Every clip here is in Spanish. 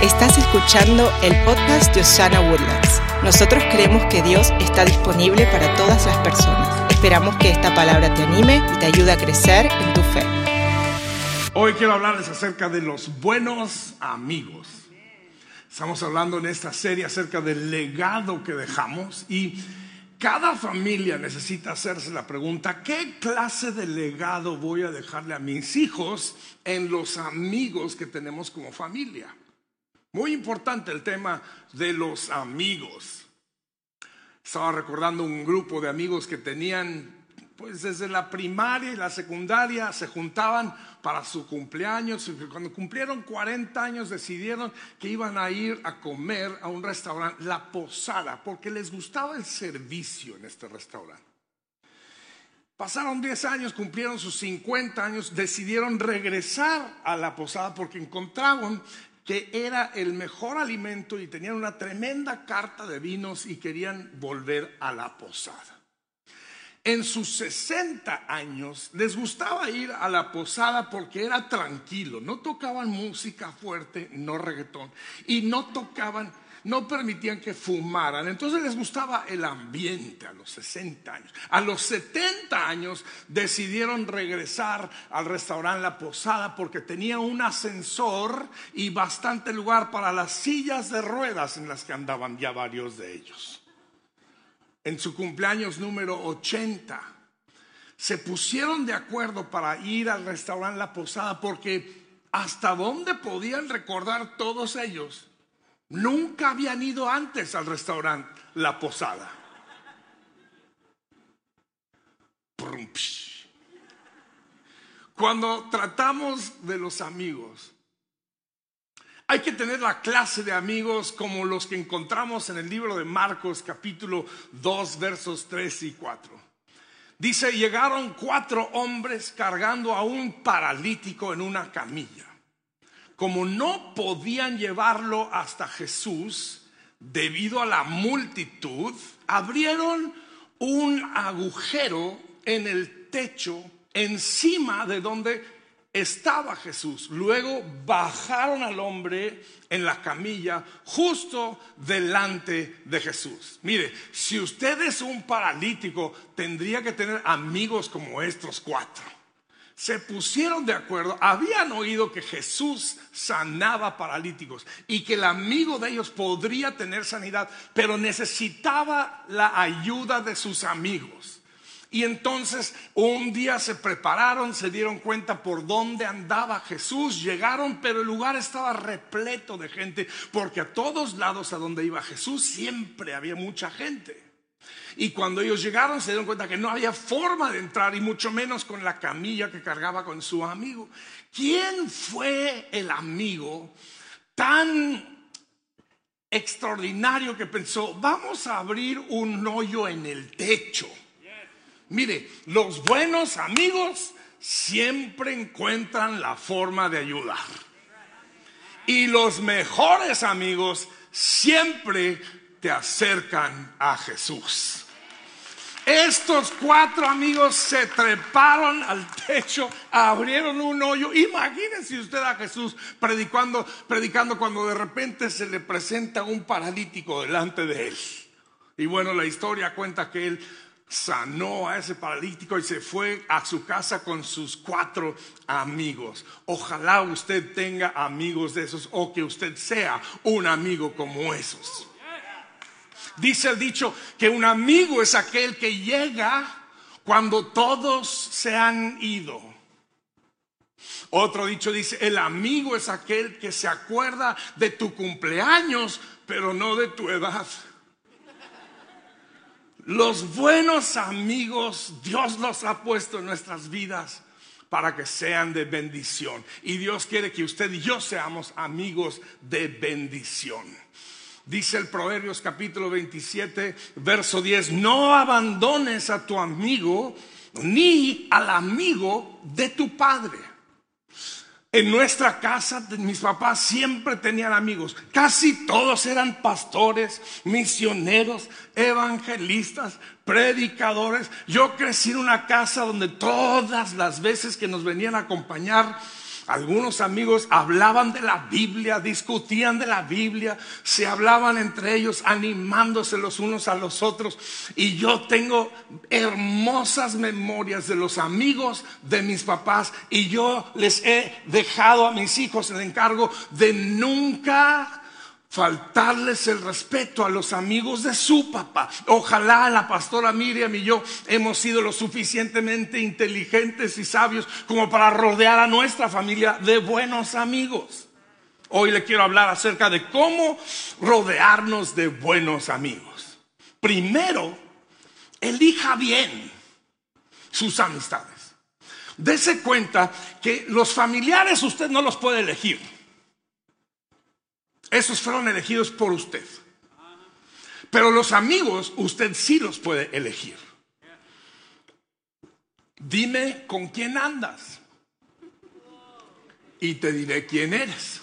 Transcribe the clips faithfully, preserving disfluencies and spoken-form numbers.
Estás escuchando el podcast de Osana Woodlands. Nosotros creemos que Dios está disponible para todas las personas. Esperamos que esta palabra te anime y te ayude a crecer en tu fe. Hoy quiero hablarles acerca de los buenos amigos. Estamos hablando en esta serie acerca del legado que dejamos y cada familia necesita hacerse la pregunta: ¿qué clase de legado voy a dejarle a mis hijos en los amigos que tenemos como familia? Muy importante el tema de los amigos. Estaba recordando un grupo de amigos que tenían, pues desde la primaria y la secundaria, se juntaban para su cumpleaños. Cuando cumplieron cuarenta años decidieron que iban a ir a comer a un restaurante, La Posada, porque les gustaba el servicio en este restaurante. Pasaron diez años, cumplieron sus cincuenta años, decidieron regresar a La Posada porque encontraron que era el mejor alimento y tenían una tremenda carta de vinos y querían volver a La Posada. En sus sesenta años les gustaba ir a La Posada porque era tranquilo, no tocaban música fuerte, no reggaetón, y no tocaban, no permitían que fumaran. Entonces les gustaba el ambiente a los sesenta años. A los setenta años decidieron regresar al restaurante La Posada porque tenía un ascensor y bastante lugar para las sillas de ruedas en las que andaban ya varios de ellos. En su cumpleaños número ochenta se pusieron de acuerdo para ir al restaurante La Posada porque hasta donde podían recordar todos ellos, nunca habían ido antes al restaurante La Posada. Cuando tratamos de los amigos, hay que tener la clase de amigos como los que encontramos en el libro de Marcos capítulo dos versos tres y cuatro. Dice: llegaron cuatro hombres cargando a un paralítico en una camilla. Como no podían llevarlo hasta Jesús debido a la multitud, abrieron un agujero en el techo encima de donde estaba Jesús. Luego bajaron al hombre en la camilla justo delante de Jesús. Mire, si usted es un paralítico, tendría que tener amigos como estos cuatro. Se pusieron de acuerdo, habían oído que Jesús sanaba paralíticos y que el amigo de ellos podría tener sanidad, pero necesitaba la ayuda de sus amigos. Y entonces un día se prepararon, se dieron cuenta por dónde andaba Jesús, llegaron, pero el lugar estaba repleto de gente, porque a todos lados a donde iba Jesús siempre había mucha gente. Y cuando ellos llegaron se dieron cuenta que no había forma de entrar, y mucho menos con la camilla que cargaba con su amigo. ¿Quién fue el amigo tan extraordinario que pensó: vamos a abrir un hoyo en el techo? Mire, los buenos amigos siempre encuentran la forma de ayudar. Y los mejores amigos siempre te acercan a Jesús. Estos cuatro amigos se treparon al techo, abrieron un hoyo. Imagínense usted a Jesús predicando, predicando cuando de repente se le presenta un paralítico delante de él. Y bueno, la historia cuenta que él sanó a ese paralítico y se fue a su casa con sus cuatro amigos. Ojalá usted tenga amigos de esos, o que usted sea un amigo como esos. Dice el dicho que un amigo es aquel que llega cuando todos se han ido. Otro dicho dice: el amigo es aquel que se acuerda de tu cumpleaños, pero no de tu edad. Los buenos amigos Dios los ha puesto en nuestras vidas para que sean de bendición. Y Dios quiere que usted y yo seamos amigos de bendición. Dice el Proverbios capítulo veintisiete verso diez: no abandones a tu amigo ni al amigo de tu padre. En nuestra casa, mis papás siempre tenían amigos. Casi todos eran pastores, misioneros, evangelistas, predicadores. Yo crecí en una casa donde todas las veces que nos venían a acompañar Algunos amigos hablaban de la Biblia, discutían de la Biblia, se hablaban entre ellos, animándose los unos a los otros. Y yo tengo hermosas memorias de los amigos de mis papás, y yo les he dejado a mis hijos el encargo de nunca faltarles el respeto a los amigos de su papá. Ojalá la pastora Miriam y yo hemos sido lo suficientemente inteligentes y sabios como para rodear a nuestra familia de buenos amigos. Hoy le quiero hablar acerca de cómo rodearnos de buenos amigos. Primero, elija bien sus amistades. Dese cuenta que los familiares usted no los puede elegir. Esos fueron elegidos por usted. Pero los amigos usted sí los puede elegir. Dime con quién andas y te diré quién eres.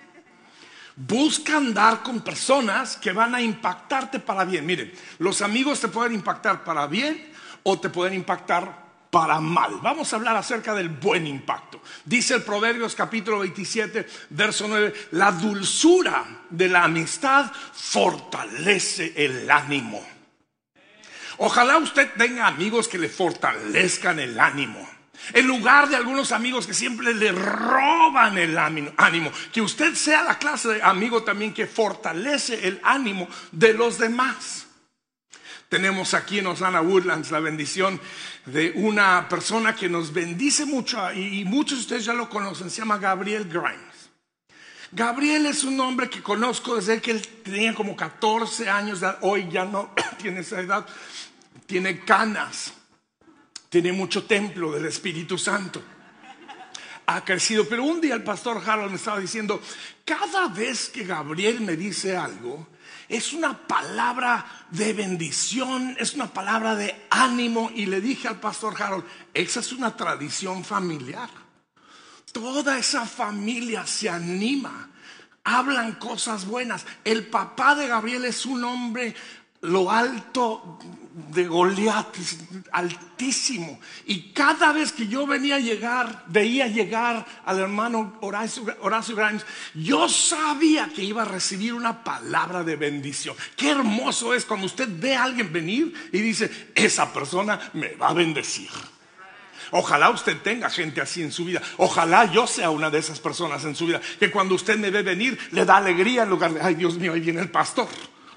Busca andar con personas que van a impactarte para bien. Miren, los amigos te pueden impactar para bien o te pueden impactar para mal. Vamos a hablar acerca del buen impacto. Dice el Proverbios capítulo veintisiete, verso nueve: la dulzura de la amistad fortalece el ánimo. Ojalá usted tenga amigos que le fortalezcan el ánimo, en lugar de algunos amigos que siempre le roban el ánimo. Que usted sea la clase de amigo también que fortalece el ánimo de los demás. Tenemos aquí en Osana Woodlands la bendición de una persona que nos bendice mucho, y muchos de ustedes ya lo conocen. Se llama Gabriel Grimes. Gabriel es un hombre que conozco desde que él tenía como catorce años de edad. Hoy ya no tiene esa edad. Tiene canas, tiene mucho templo del Espíritu Santo, ha crecido. Pero un día el pastor Harold me estaba diciendo: cada vez que Gabriel me dice algo, es una palabra de bendición, es una palabra de ánimo. Y le dije al pastor Harold: esa es una tradición familiar. Toda esa familia se anima, hablan cosas buenas. El papá de Gabriel es un hombre lo alto de Goliat, altísimo. Y cada vez que yo venía a llegar, veía llegar al hermano Horacio, Horacio Grimes, yo sabía que iba a recibir una palabra de bendición. Qué hermoso es cuando usted ve a alguien venir y dice: esa persona me va a bendecir. Ojalá usted tenga gente así en su vida. Ojalá yo sea una de esas personas en su vida, que cuando usted me ve venir le da alegría en lugar de: ay, Dios mío, ahí viene el pastor.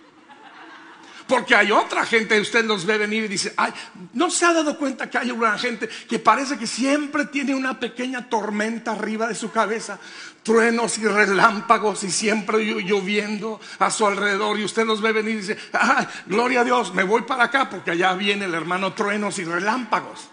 Porque hay otra gente, usted los ve venir y dice: ay, ¿no se ha dado cuenta que hay una gente que parece que siempre tiene una pequeña tormenta arriba de su cabeza? Truenos y relámpagos, y siempre lloviendo a su alrededor, y usted los ve venir y dice: ay, gloria a Dios, me voy para acá porque allá viene el hermano truenos y relámpagos.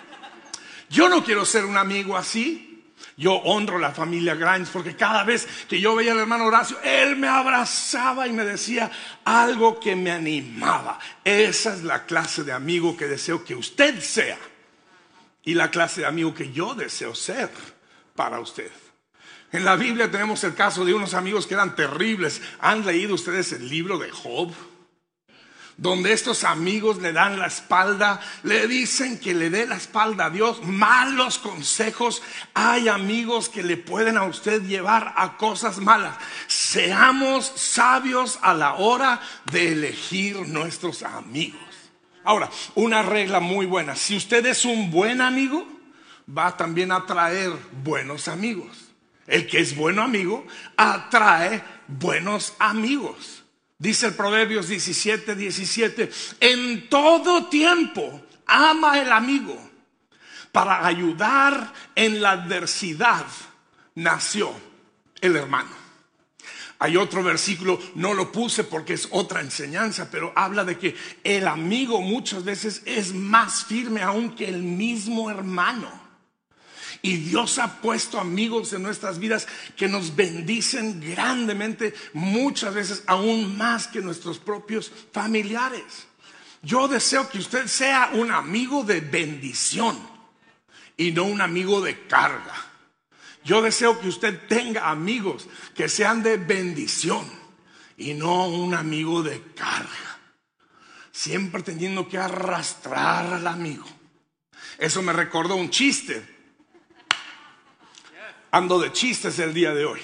Yo no quiero ser un amigo así. Yo honro la familia Grimes, porque cada vez que yo veía al hermano Horacio, él me abrazaba y me decía algo que me animaba. Esa es la clase de amigo que deseo que usted sea, y la clase de amigo que yo deseo ser para usted. En la Biblia tenemos el caso de unos amigos que eran terribles. ¿Han leído ustedes el libro de Job? Donde estos amigos le dan la espalda, le dicen que le dé la espalda a Dios, malos consejos. Hay amigos que le pueden a usted llevar a cosas malas. Seamos sabios a la hora de elegir nuestros amigos. Ahora, una regla muy buena: si usted es un buen amigo, va también a atraer buenos amigos. El que es bueno amigo atrae buenos amigos. Dice el Proverbios diecisiete, diecisiete: en todo tiempo ama el amigo, para ayudar en la adversidad nació el hermano. Hay otro versículo, no lo puse porque es otra enseñanza, pero habla de que el amigo muchas veces es más firme aún que el mismo hermano. Y Dios ha puesto amigos en nuestras vidas que nos bendicen grandemente, muchas veces aún más que nuestros propios familiares. Yo deseo que usted sea un amigo de bendición y no un amigo de carga. Yo deseo que usted tenga amigos que sean de bendición y no un amigo de carga, siempre teniendo que arrastrar al amigo. Eso me recordó un chiste. ando de chistes el día de hoy.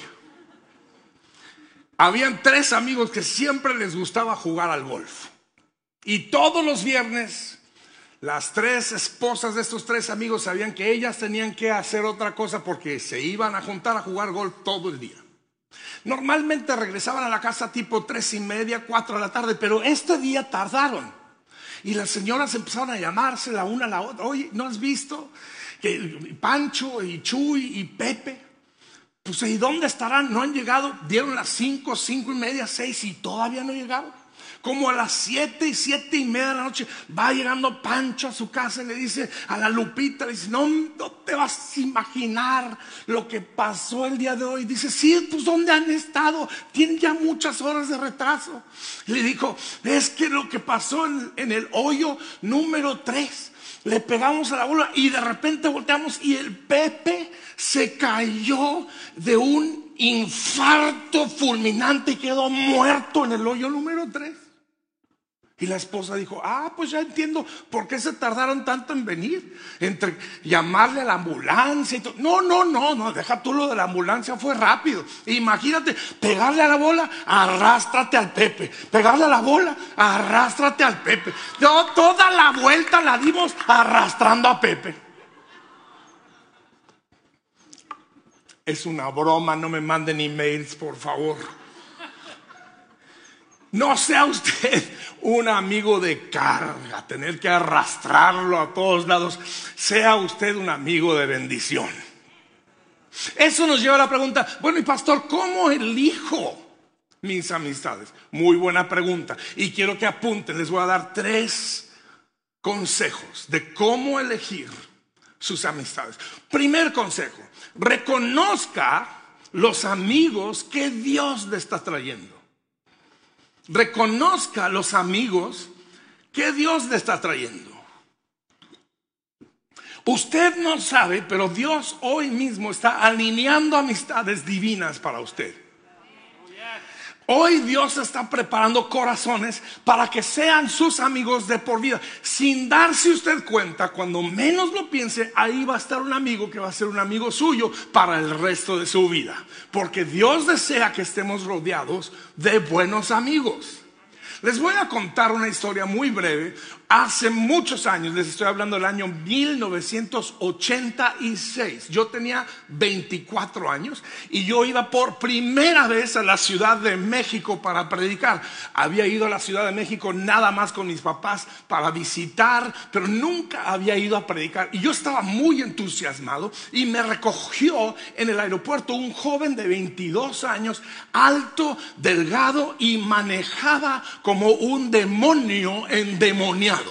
Habían tres amigos que siempre les gustaba jugar al golf. Y todos los viernes, las tres esposas de estos tres amigos sabían que ellas tenían que hacer otra cosa porque se iban a juntar a jugar golf todo el día. Normalmente regresaban a la casa tipo tres y media, cuatro de la tarde, pero este día tardaron. Y las señoras empezaron a llamarse la una a la otra. Oye, ¿no has visto que Pancho y Chuy y Pepe? Pues, ¿y dónde estarán? No han llegado. Dieron las cinco, cinco y media, seis y todavía no llegaron. Como a las siete y siete y media de la noche va llegando Pancho a su casa y le dice a la Lupita, le dice, no, no te vas a imaginar lo que pasó el día de hoy. Dice, sí, pues ¿dónde han estado? Tienen ya muchas horas de retraso. Y le dijo, es que lo que pasó en, en el hoyo número tres, le pegamos a la bola y de repente volteamos y el Pepe se cayó de un infarto fulminante y quedó muerto en el hoyo número tres. Y la esposa dijo, ah, pues ya entiendo por qué se tardaron tanto en venir. Entre llamarle a la ambulancia y todo. No, no, no, no, deja tú lo de la ambulancia, fue rápido. Imagínate, pegarle a la bola, arrástrate al Pepe. Pegarle a la bola, arrástrate al Pepe. No, toda la vuelta la dimos arrastrando a Pepe. Es una broma, no me manden emails, por favor. No sea usted un amigo de carga, tener que arrastrarlo a todos lados. Sea usted un amigo de bendición. Eso nos lleva a la pregunta, bueno, y pastor, ¿cómo elijo mis amistades? Muy buena pregunta. Y quiero que apunten, les voy a dar tres consejos de cómo elegir sus amistades. Primer consejo, reconozca los amigos que Dios le está trayendo. Reconozca los amigos que Dios le está trayendo. Usted no sabe, pero Dios hoy mismo está alineando amistades divinas para usted. Hoy Dios está preparando corazones para que sean sus amigos de por vida. Sin darse usted cuenta, cuando menos lo piense, ahí va a estar un amigo que va a ser un amigo suyo para el resto de su vida. Porque Dios desea que estemos rodeados de buenos amigos. Les voy a contar una historia muy breve. Hace muchos años, les estoy hablando del año mil novecientos ochenta y seis. Yo tenía veinticuatro años y yo iba por primera vez a la Ciudad de México para predicar. Había ido a la Ciudad de México nada más con mis papás para visitar, pero nunca había ido a predicar. Y yo estaba muy entusiasmado y me recogió en el aeropuerto un joven de veintidós años, alto, delgado y manejaba como un demonio endemoniado.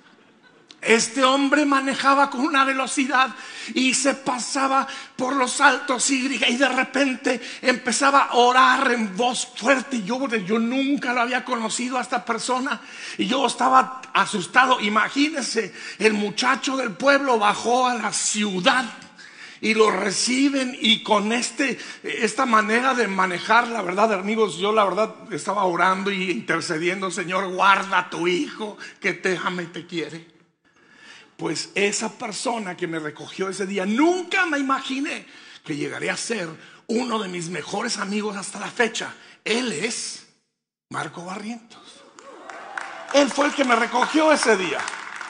Este hombre manejaba con una velocidad y se pasaba por los altos y, y de repente empezaba a orar en voz fuerte. Yo, yo nunca lo había conocido a esta persona y yo estaba asustado. Imagínense, el muchacho del pueblo bajó a la ciudad y lo reciben, y con este, esta manera de manejar, la verdad, amigos, yo la verdad estaba orando y intercediendo, Señor, guarda a tu hijo que te ama y te quiere. Pues esa persona que me recogió ese día, nunca me imaginé que llegaría a ser uno de mis mejores amigos hasta la fecha. Él es Marco Barrientos. Él fue el que me recogió ese día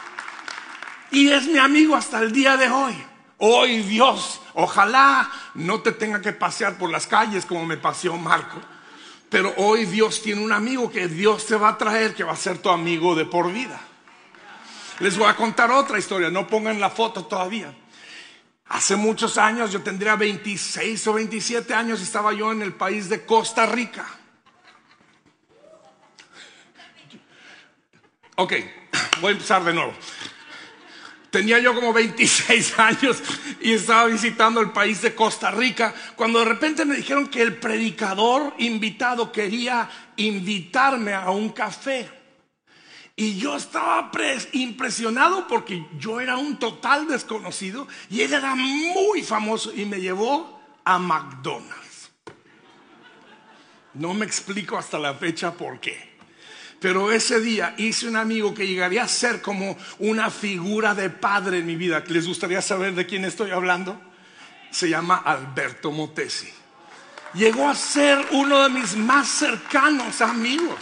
y es mi amigo hasta el día de hoy. Hoy Dios, ojalá no te tenga que pasear por las calles como me paseó Marco, pero hoy Dios tiene un amigo que Dios te va a traer, que va a ser tu amigo de por vida. Les voy a contar otra historia, no pongan la foto todavía. Hace muchos años, yo tendría veintiséis o veintisiete años, estaba yo en el país de Costa Rica. Ok, voy a empezar de nuevo. Tenía yo como veintiséis años y estaba visitando el país de Costa Rica, cuando de repente me dijeron que el predicador invitado quería invitarme a un café. Y yo estaba impresionado porque yo era un total desconocido y él era muy famoso y me llevó a McDonald's. No me explico hasta la fecha por qué. Pero ese día hice un amigo que llegaría a ser como una figura de padre en mi vida. ¿Les gustaría saber de quién estoy hablando? se llama Alberto Motesi. Llegó a ser uno de mis más cercanos amigos.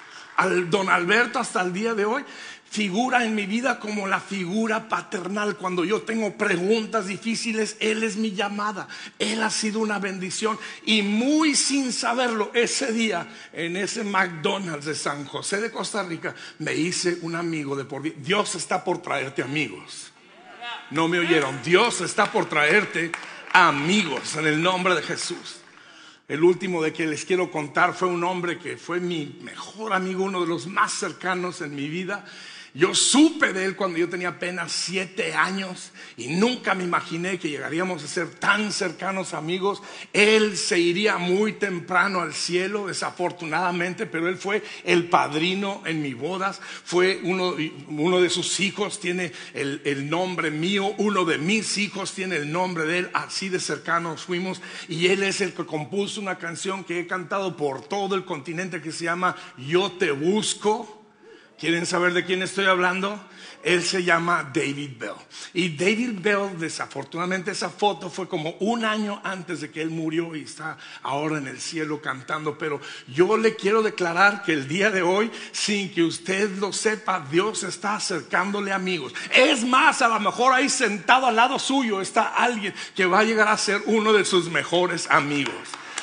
Al don Alberto hasta el día de hoy figura en mi vida como la figura paternal. Cuando yo tengo preguntas difíciles, él es mi llamada. Él ha sido una bendición. Y muy sin saberlo, ese día en ese McDonald's de San José de Costa Rica, me hice un amigo de por vida. Dios está por traerte amigos. No me oyeron. Dios está por traerte amigos en el nombre de Jesús. El último de que les quiero contar fue un hombre que fue mi mejor amigo, uno de los más cercanos en mi vida. Yo supe de él cuando yo tenía apenas siete años y nunca me imaginé que llegaríamos a ser tan cercanos amigos. Él se iría muy temprano al cielo, desafortunadamente, pero él fue el padrino en mis bodas. Fue uno, uno de sus hijos tiene el, el nombre mío, uno de mis hijos tiene el nombre de él. Así de cercanos fuimos, y él es el que compuso una canción que he cantado por todo el continente que se llama Yo Te Busco. ¿Quieren saber de quién estoy hablando? Él se llama David Bell. Y David Bell, desafortunadamente, esa foto fue como un año antes de que él murió y está ahora en el cielo cantando. Pero yo le quiero declarar que el día de hoy, sin que usted lo sepa, Dios está acercándole amigos. Es más, a lo mejor ahí sentado al lado suyo está alguien que va a llegar a ser uno de sus mejores amigos.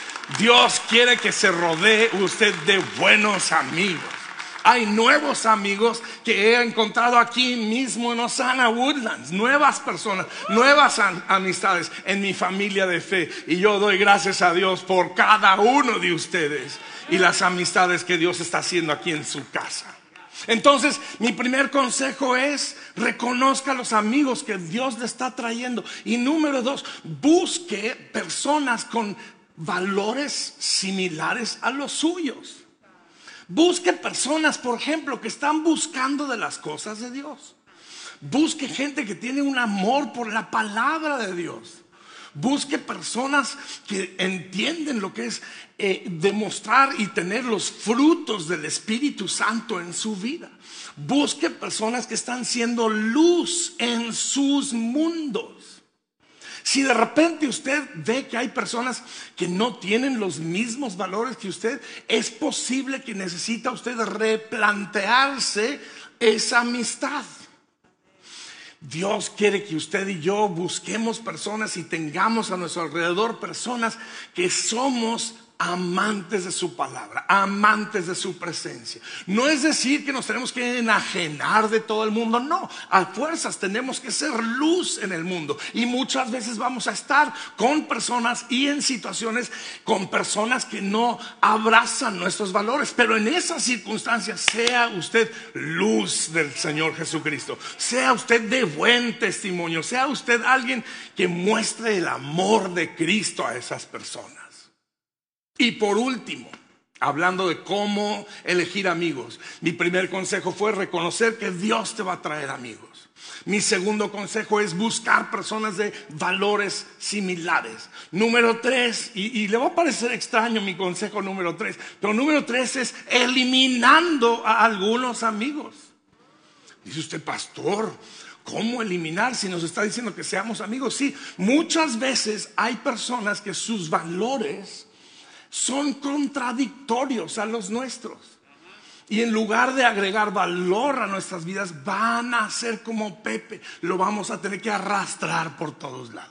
Dios quiere que se rodee usted de buenos amigos. Hay nuevos amigos que he encontrado aquí mismo en Osana Woodlands. Nuevas personas, nuevas amistades en mi familia de fe. Y yo doy gracias a Dios por cada uno de ustedes y las amistades que Dios está haciendo aquí en su casa. Entonces, mi primer consejo es: reconozca los amigos que Dios le está trayendo. Y número dos, busque personas con valores similares a los suyos. Busque personas, por ejemplo, que están buscando de las cosas de Dios. Busque gente que tiene un amor por la palabra de Dios. Busque personas que entienden lo que es eh, demostrar y tener los frutos del Espíritu Santo en su vida. Busque personas que están siendo luz en sus mundos. Si de repente usted ve que hay personas que no tienen los mismos valores que usted, es posible que necesita usted replantearse esa amistad. Dios quiere que usted y yo busquemos personas y tengamos a nuestro alrededor personas que somos amantes de su palabra, amantes de su presencia. No es decir que nos tenemos que enajenar de todo el mundo, no. A fuerzas tenemos que ser luz en el mundo, y muchas veces vamos a estar con personas y en situaciones con personas que no abrazan nuestros valores. Pero en esas circunstancias, sea usted luz del Señor Jesucristo, sea usted de buen testimonio, sea usted alguien que muestre el amor de Cristo a esas personas. Y por último, hablando de cómo elegir amigos, mi primer consejo fue reconocer que Dios te va a traer amigos. Mi segundo consejo es buscar personas de valores similares. Número tres, y, y le va a parecer extraño mi consejo número tres, pero número tres es eliminando a algunos amigos. Dice usted, pastor, ¿cómo eliminar si nos está diciendo que seamos amigos? Sí, muchas veces hay personas que sus valores son contradictorios a los nuestros, y en lugar de agregar valor a nuestras vidas, van a ser como Pepe. Lo vamos a tener que arrastrar por todos lados.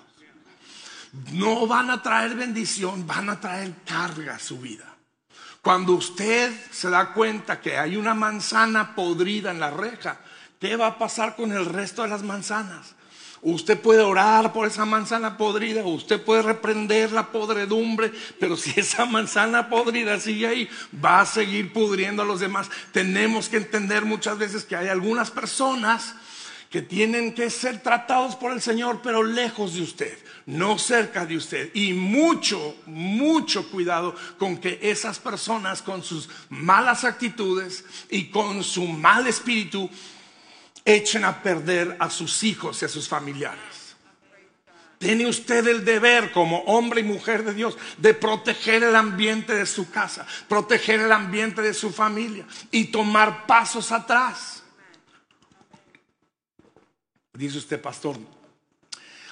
No van a traer bendición, van a traer carga a su vida. Cuando usted se da cuenta que hay una manzana podrida en la reja, ¿qué va a pasar con el resto de las manzanas? Usted puede orar por esa manzana podrida, usted puede reprender la podredumbre, pero si esa manzana podrida sigue ahí, va a seguir pudriendo a los demás. Tenemos que entender muchas veces que hay algunas personas que tienen que ser tratados por el Señor, pero lejos de usted, no cerca de usted. Y mucho, mucho cuidado con que esas personas, con sus malas actitudes y con su mal espíritu, echen a perder a sus hijos y a sus familiares. Tiene usted el deber, como hombre y mujer de Dios, de proteger el ambiente de su casa, proteger el ambiente de su familia y tomar pasos atrás. Dice usted, pastor,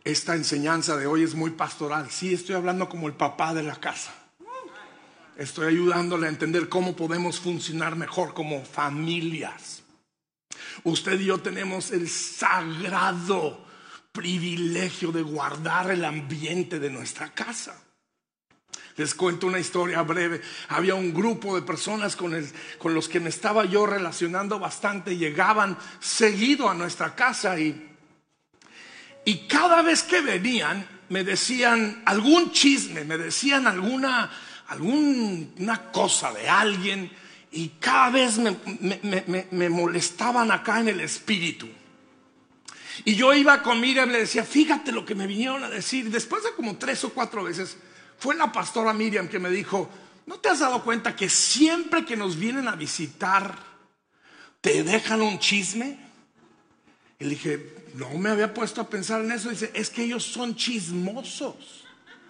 esta enseñanza de hoy es muy pastoral. Sí, estoy hablando como el papá de la casa. Estoy ayudándole a entender cómo podemos funcionar mejor como familias. Usted y yo tenemos el sagrado privilegio de guardar el ambiente de nuestra casa. Les cuento una historia breve. Había un grupo de personas con, el, con los que me estaba yo relacionando bastante. Llegaban seguido a nuestra casa y, y cada vez que venían me decían algún chisme, me decían alguna, alguna cosa de alguien, y cada vez me, me, me, me molestaban acá en el espíritu. Y yo iba con Miriam y le decía, fíjate lo que me vinieron a decir. Después de como tres o cuatro veces, fue la pastora Miriam que me dijo, ¿no te has dado cuenta que siempre que nos vienen a visitar te dejan un chisme? Y le dije, no me había puesto a pensar en eso. Dice, es que ellos son chismosos.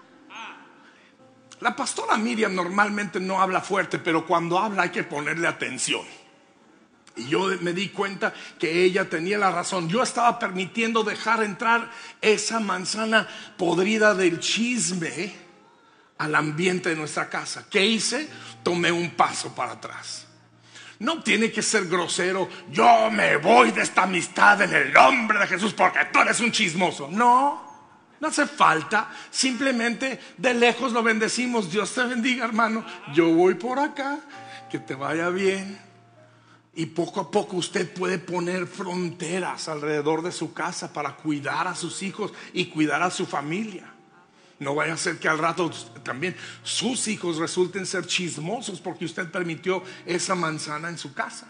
La pastora Miriam normalmente no habla fuerte, pero cuando habla hay que ponerle atención. Y yo me di cuenta que ella tenía la razón. Yo estaba permitiendo dejar entrar esa manzana podrida del chisme al ambiente de nuestra casa. ¿Qué hice? Tomé un paso para atrás. No tiene que ser grosero. Yo me voy de esta amistad en el nombre de Jesús porque tú eres un chismoso. No, no hace falta. Simplemente de lejos lo bendecimos. Dios te bendiga, hermano. Yo voy por acá. Que te vaya bien. Y poco a poco usted puede poner fronteras alrededor de su casa para cuidar a sus hijos y cuidar a su familia. No vaya a ser que al rato también sus hijos resulten ser chismosos porque usted permitió esa manzana en su casa.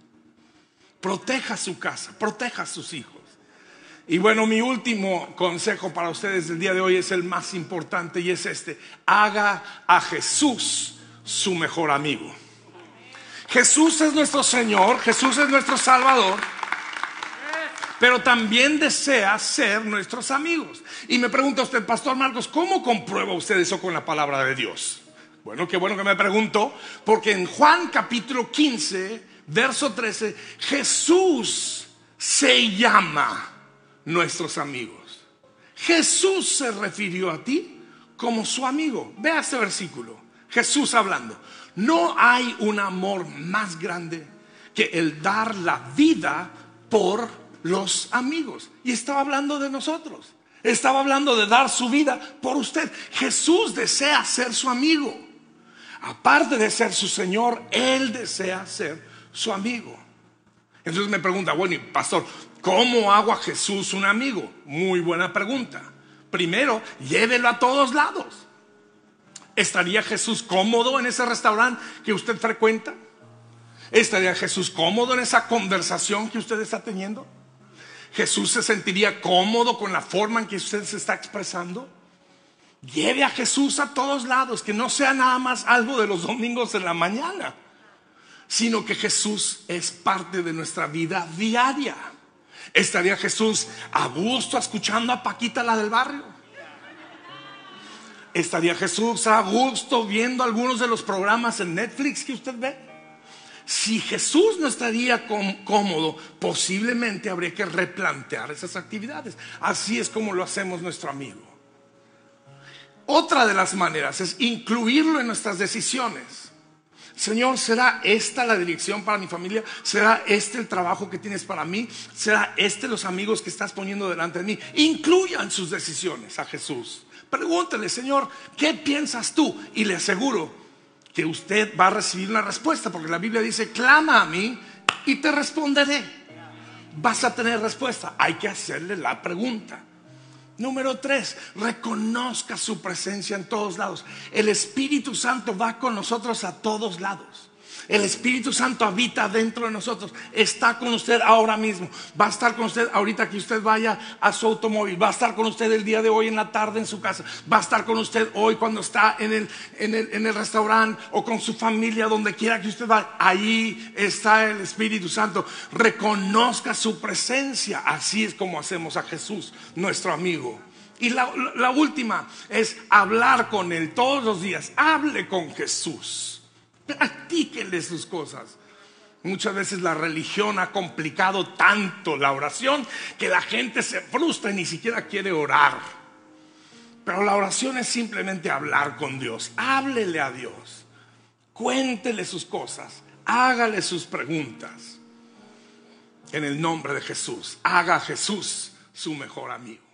Proteja su casa, proteja a sus hijos. Y bueno, mi último consejo para ustedes del día de hoy es el más importante, y es este: haga a Jesús su mejor amigo. Jesús es nuestro Señor, Jesús es nuestro Salvador, pero también desea ser nuestros amigos. Y me pregunta usted, Pastor Marcos, ¿cómo comprueba usted eso con la palabra de Dios? Bueno, qué bueno que me preguntó, porque en Juan capítulo quince, verso trece, Jesús se llama nuestros amigos. Jesús se refirió a ti como su amigo. Vea este versículo, Jesús hablando. No hay un amor más grande que el dar la vida por los amigos. Y estaba hablando de nosotros. Estaba hablando de dar su vida por usted. Jesús desea ser su amigo. Aparte de ser su Señor, Él desea ser su amigo. Entonces me pregunta, bueno, pastor, ¿cómo hago a Jesús un amigo? Muy buena pregunta. Primero, llévelo a todos lados. ¿Estaría Jesús cómodo en ese restaurante que usted frecuenta? ¿Estaría Jesús cómodo en esa conversación que usted está teniendo? ¿Jesús se sentiría cómodo con la forma en que usted se está expresando? Lleve a Jesús a todos lados, que no sea nada más algo de los domingos en la mañana, sino que Jesús es parte de nuestra vida diaria. ¿Estaría Jesús a gusto escuchando a Paquita, la del barrio? ¿Estaría Jesús a gusto viendo algunos de los programas en Netflix que usted ve? Si Jesús no estaría cómodo, posiblemente habría que replantear esas actividades. Así es como lo hacemos nuestro amigo. Otra de las maneras es incluirlo en nuestras decisiones. Señor, ¿será esta la dirección para mi familia? ¿Será este el trabajo que tienes para mí? ¿Será este los amigos que estás poniendo delante de mí? Incluyan sus decisiones a Jesús. Pregúntale, Señor, ¿qué piensas tú? Y le aseguro que usted va a recibir una respuesta, porque la Biblia dice, clama a mí y te responderé. Vas a tener respuesta. Hay que hacerle la pregunta. Número tres, reconozca su presencia en todos lados. El Espíritu Santo va con nosotros a todos lados. El Espíritu Santo habita dentro de nosotros. Está con usted ahora mismo. Va a estar con usted ahorita que usted vaya a su automóvil. Va a estar con usted el día de hoy en la tarde en su casa. Va a estar con usted hoy cuando está en el, en el, en el restaurante o con su familia, donde quiera que usted vaya. Ahí está el Espíritu Santo. Reconozca su presencia. Así es como hacemos a Jesús, nuestro amigo. Y la, la última es hablar con Él todos los días. Hable con Jesús. Practíquenle sus cosas. Muchas veces la religión ha complicado tanto la oración que la gente se frustra y ni siquiera quiere orar. Pero la oración es simplemente hablar con Dios. Háblele a Dios, cuéntele sus cosas, hágale sus preguntas. En el nombre de Jesús, haga a Jesús su mejor amigo.